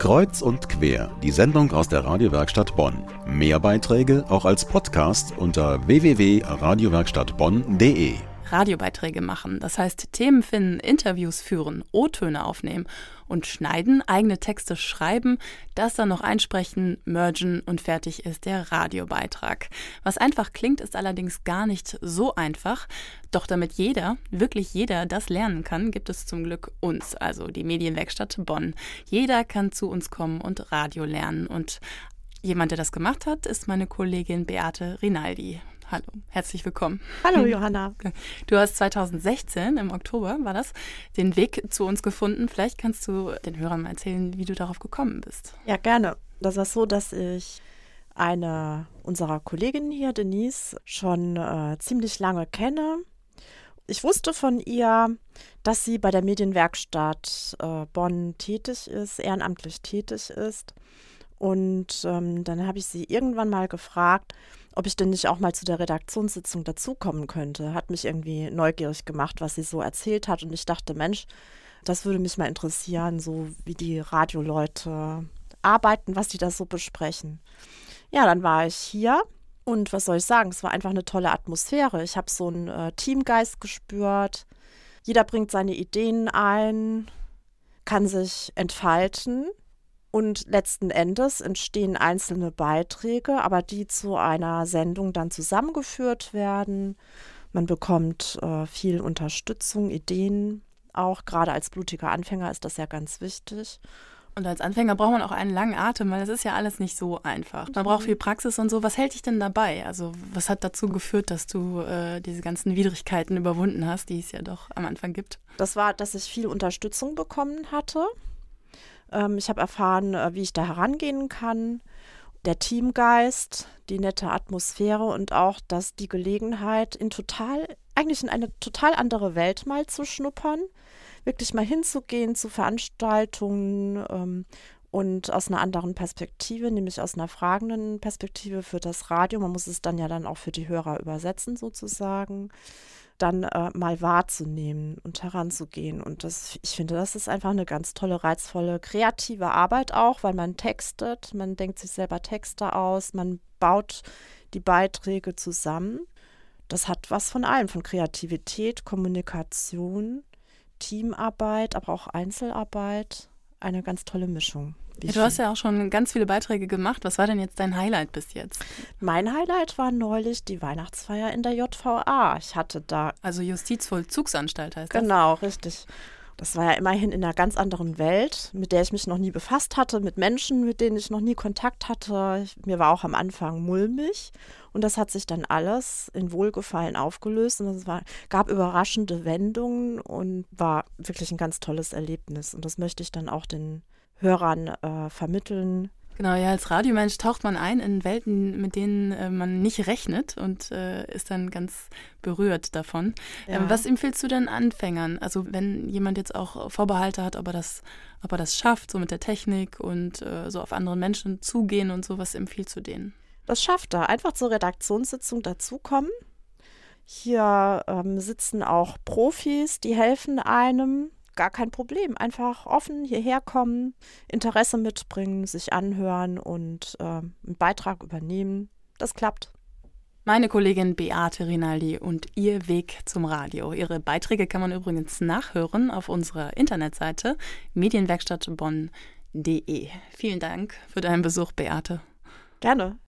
Kreuz und quer, die Sendung aus der Radiowerkstatt Bonn. Mehr Beiträge auch als Podcast unter www.radiowerkstattbonn.de. Radiobeiträge machen, das heißt Themen finden, Interviews führen, O-Töne aufnehmen und schneiden, eigene Texte schreiben, das dann noch einsprechen, mergen und fertig ist der Radiobeitrag. Was einfach klingt, ist allerdings gar nicht so einfach. Doch damit jeder, wirklich jeder, das lernen kann, gibt es zum Glück uns, also die Medienwerkstatt Bonn. Jeder kann zu uns kommen und Radio lernen. Und jemand, der das gemacht hat, ist meine Kollegin Beate Rinaldi. Hallo, herzlich willkommen. Hallo Johanna. Du hast 2016, im Oktober war das, den Weg zu uns gefunden. Vielleicht kannst du den Hörern mal erzählen, wie du darauf gekommen bist. Ja, gerne. Das war so, dass ich eine unserer Kolleginnen hier, Denise, schon ziemlich lange kenne. Ich wusste von ihr, dass sie bei der Medienwerkstatt Bonn tätig ist, ehrenamtlich tätig ist. Und dann habe ich sie irgendwann mal gefragt, ob ich denn nicht auch mal zu der Redaktionssitzung dazukommen könnte. Hat mich irgendwie neugierig gemacht, was sie so erzählt hat. Und ich dachte, Mensch, das würde mich mal interessieren, so wie die Radioleute arbeiten, was die da so besprechen. Ja, dann war ich hier und was soll ich sagen, es war einfach eine tolle Atmosphäre. Ich habe so einen Teamgeist gespürt. Jeder bringt seine Ideen ein, kann sich entfalten. Und letzten Endes entstehen einzelne Beiträge, aber die zu einer Sendung dann zusammengeführt werden. Man bekommt viel Unterstützung, Ideen. Auch gerade als blutiger Anfänger ist das ja ganz wichtig. Und als Anfänger braucht man auch einen langen Atem, weil das ist ja alles nicht so einfach. Man braucht viel Praxis und so. Was hält dich denn dabei? Also was hat dazu geführt, dass du diese ganzen Widrigkeiten überwunden hast, die es ja doch am Anfang gibt? Das war, dass ich viel Unterstützung bekommen hatte. Ich habe erfahren, wie ich da herangehen kann, der Teamgeist, die nette Atmosphäre und auch, dass die Gelegenheit, eigentlich in eine total andere Welt mal zu schnuppern, wirklich mal hinzugehen zu Veranstaltungen und aus einer anderen Perspektive, nämlich aus einer fragenden Perspektive für das Radio. Man muss es dann auch für die Hörer übersetzen sozusagen. Dann mal wahrzunehmen und heranzugehen. Und ich finde, das ist einfach eine ganz tolle, reizvolle, kreative Arbeit auch, weil man textet, man denkt sich selber Texte aus, man baut die Beiträge zusammen. Das hat was von allem, von Kreativität, Kommunikation, Teamarbeit, aber auch Einzelarbeit. Eine ganz tolle Mischung. Ja, du hast ja auch schon ganz viele Beiträge gemacht. Was war denn jetzt dein Highlight bis jetzt? Mein Highlight war neulich die Weihnachtsfeier in der JVA. Ich hatte da... Also Justizvollzugsanstalt heißt das? Genau, richtig. Das war ja immerhin in einer ganz anderen Welt, mit der ich mich noch nie befasst hatte, mit Menschen, mit denen ich noch nie Kontakt hatte. Mir war auch am Anfang mulmig und das hat sich dann alles in Wohlgefallen aufgelöst und es gab überraschende Wendungen und war wirklich ein ganz tolles Erlebnis. Und das möchte ich dann auch den Hörern vermitteln. Genau, ja, als Radiomensch taucht man ein in Welten, mit denen man nicht rechnet und ist dann ganz berührt davon. Ja. Was empfiehlst du denn Anfängern? Also wenn jemand jetzt auch Vorbehalte hat, ob er das schafft, so mit der Technik und so auf andere Menschen zugehen und so, was empfiehlst du denen? Das schafft er. Einfach zur Redaktionssitzung dazukommen. Hier sitzen auch Profis, die helfen einem. Gar kein Problem. Einfach offen hierher kommen, Interesse mitbringen, sich anhören und einen Beitrag übernehmen. Das klappt. Meine Kollegin Beate Rinaldi und ihr Weg zum Radio. Ihre Beiträge kann man übrigens nachhören auf unserer Internetseite medienwerkstattbonn.de. Vielen Dank für deinen Besuch, Beate. Gerne.